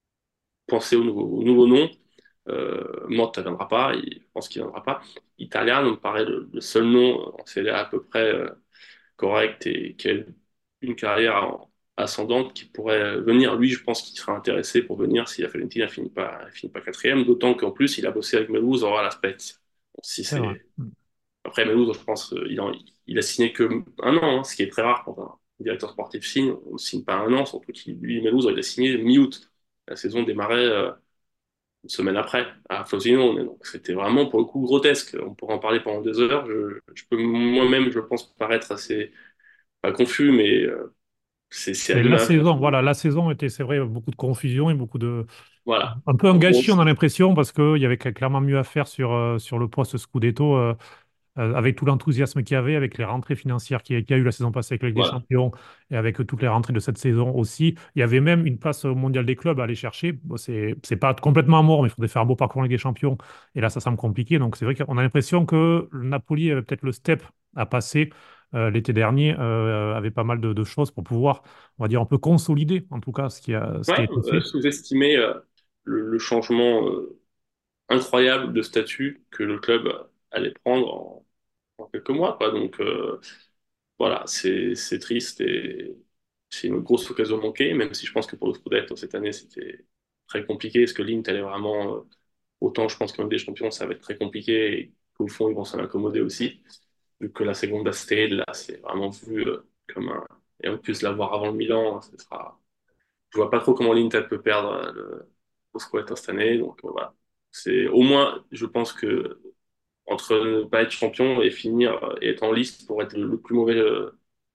penser au nouveau, au nouveau nom. Euh, Motta ne viendra pas, il- je pense qu'il ne viendra pas. Italien me paraît le, le seul nom en Serie A à peu près euh, correct et qui a une carrière en- ascendante qui pourrait venir. Lui, je pense qu'il sera intéressé pour venir si la Fiorentina finit pas, finit pas quatrième, d'autant qu'en plus, il a bossé avec Melouse à la Spezia. Bon, si C'est vrai. c'est... Après, Melouse, je pense, euh, il a, il a signé que un an, hein, ce qui est très rare quand un directeur sportif signe. On ne signe pas un an, surtout qu'il, lui, Melouse, il a signé mi-août. La saison démarrait euh, une semaine après, à Frosinone. Donc, c'était vraiment, pour le coup, grotesque. On pourrait en parler pendant deux heures. Je, je peux moi-même, je pense, paraître assez, pas confus, mais euh, c'est c'est à Mais la l'image. saison, voilà, la saison était, c'est vrai, beaucoup de confusion et beaucoup de, Voilà. un peu un En gros, gâchis, on a c'est- l'impression, parce qu'il y avait clairement mieux à faire sur, euh, sur le poste Scudetto, euh, euh, avec tout l'enthousiasme qu'il y avait, avec les rentrées financières qu'il y a, qu'il y a eu la saison passée avec la Ligue des voilà. Champions et avec toutes les rentrées de cette saison aussi. Il y avait même une place au Mondial des clubs à aller chercher. Bon, c'est, c'est pas complètement mort, mais il faudrait faire un beau parcours en Ligue des Champions. Et là, ça semble compliqué. Donc, c'est vrai qu'on a l'impression que le Napoli avait peut-être le step à passer. Euh, l'été dernier, euh, avait pas mal de, de choses pour pouvoir, on va dire, un peu consolider, en tout cas, ce qui a, ce qui a Ouais, été euh, fait. sous-estimer euh, le, le changement euh, incroyable de statut que le club allait prendre en, en quelques mois, quoi. Donc, euh, voilà, c'est c'est triste et c'est une grosse occasion manquée, même si je pense que pour le Scudetto cette année c'était très compliqué, parce que l'Inter est vraiment, euh, autant je pense qu'en Ligue des Champions ça va être très compliqué et qu'au fond ils vont s'en accommoder aussi, vu que la seconde Stage là c'est vraiment vu euh, comme un. Et en plus l'avoir avant le Milan, ce sera. Je vois pas trop comment l'Inter peut perdre euh, le, le Scudetto cette année, donc euh, voilà. C'est au moins, je pense que entre ne pas être champion et finir euh, et être en liste pour être le, le plus mauvais euh,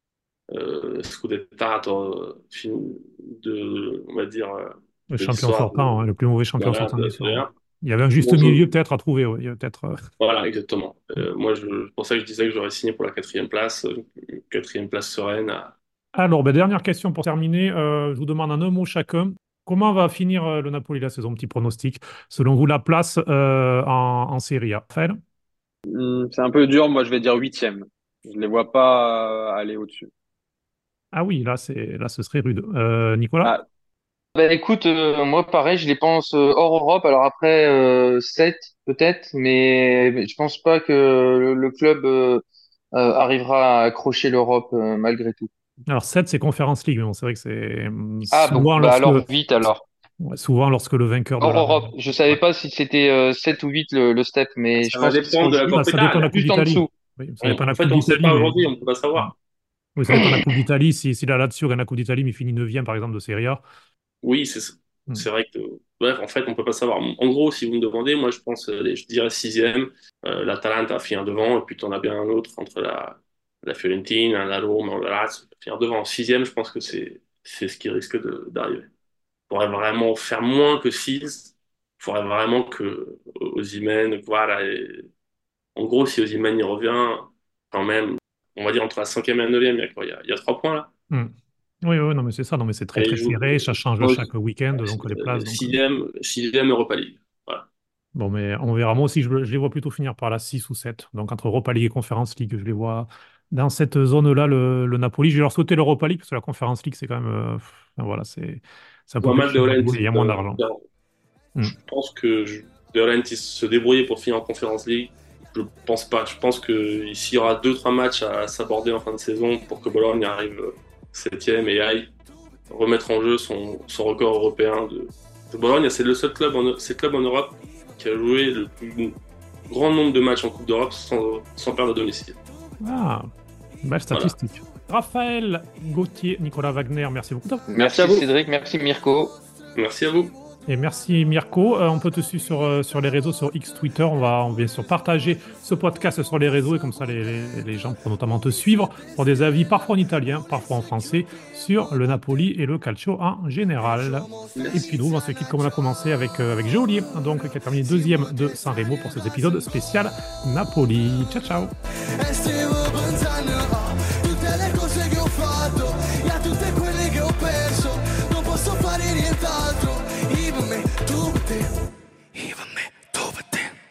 euh, scudettato film de, on va dire, euh, Le de champion l'histoire sortant, de, hein, le plus mauvais champion voilà, sortant de de, de l'histoire. rien. Il y avait un juste Bon, je, milieu peut-être à trouver. Ouais. Il y avait peut-être. euh, voilà, exactement. Euh, moi, je, c'est pour ça que je disais que j'aurais signé pour la quatrième place, euh, une quatrième place sereine. À... Alors, ben, dernière question pour terminer. Euh, je vous demande en un mot chacun. Comment va finir euh, le Napoli la saison? Petit pronostic. Selon vous, la place euh, en, en Serie A. Raphaël. Hmm, c'est un peu dur, moi je vais dire huitième. Je les vois pas euh, aller au-dessus. Ah oui, là, c'est, là, ce serait rude. Euh, Nicolas? Ah, Bah écoute, euh, moi pareil, je les pense euh, hors Europe. Alors après, euh, sept peut-être, mais mais je pense pas que le, le club euh, euh, arrivera à accrocher l'Europe euh, malgré tout. Alors sept, c'est Conference League, mais bon, c'est vrai que c'est hum, Ah bon, souvent bah lorsque, alors vite alors. ouais, souvent lorsque le vainqueur de Hors la... Europe. Je savais Ouais. pas si c'était euh, sept ou huit le, le step, mais je Ça va pense qu'ils seront dépendre de la Oui, bah, Coppa ça dépend de la Italia. Coupe juste en d'Italie. dessous. Oui, ça On- dépend de en la fait, Coupe on ne sait d'Italie, pas mais... aujourd'hui, on ne peut pas Hum. savoir. Oui, ça dépend de la Coupe d'Italie. Si, si la Lazio gagne la Coupe d'Italie, mais finit neuvième, par exemple, de Serie A. Oui, c'est Hum. c'est vrai que, bref, en fait, on peut pas savoir. En gros, si vous me demandez, moi, je pense, euh, je dirais sixième. Euh, l'Atalanta a fini un devant, et puis tu en as bien un autre entre la, la Fiorentina, la Roma, la Lazio, finir devant. Sixième, je pense que c'est c'est ce qui risque de- d'arriver. Il faudrait vraiment faire moins que six. Il faudrait vraiment que Osimhen, voilà. Et en gros, si Osimhen y revient, quand même, on va dire entre la cinquième et la neuvième, il y a quoi? Il y a, il y a trois points là. Hum. Oui, oui, non, mais c'est ça. Non, mais c'est très, Et très il joue serré. Ça change euh, chaque week-end, donc les places. Donc, euh, sixième, sixième Europa League. Voilà. bon, mais on verra. Moi aussi, je, je les vois plutôt finir par la six ou sept. Donc, entre Europa League et Conference League, je les vois dans cette zone-là, le, le Napoli. Je vais leur sauter l'Europa League parce que la Conference League, c'est quand même. euh, pff, enfin, voilà, c'est c'est un peu Ou plus Ahmad De difficile à jouer. Laurentiis, Il y a moins euh, d'argent. Hmm. je pense que je- De Laurentiis se débrouiller pour finir en Conference League. Je pense pas. Je pense que s'il y aura deux trois matchs à s'aborder en fin de saison pour que Bologne arrive euh, septième et aille remettre en jeu son, son record européen de, de Bologne. C'est le seul club en, c'est le club en Europe qui a joué le plus grand nombre de matchs en Coupe d'Europe sans, sans perdre à domicile. Ah, belle Voilà. statistique. Raphaël Gauthier, Nicolas Wagner, merci beaucoup. Merci à vous. Cédric, merci Mirko. Merci à vous. Et merci Mirko. Euh, on peut te suivre sur, euh, sur les réseaux, sur X Twitter. On va, on va bien sûr partager ce podcast sur les réseaux et comme ça les, les, les gens pourront notamment te suivre pour des avis parfois en italien, parfois en français sur le Napoli et le calcio en général. Et puis nous, on se quitte comme on a commencé avec, euh, avec Geolier, donc qui a terminé deuxième de Sanremo pour cet épisode spécial Napoli. Ciao ciao. E stiamo pensando a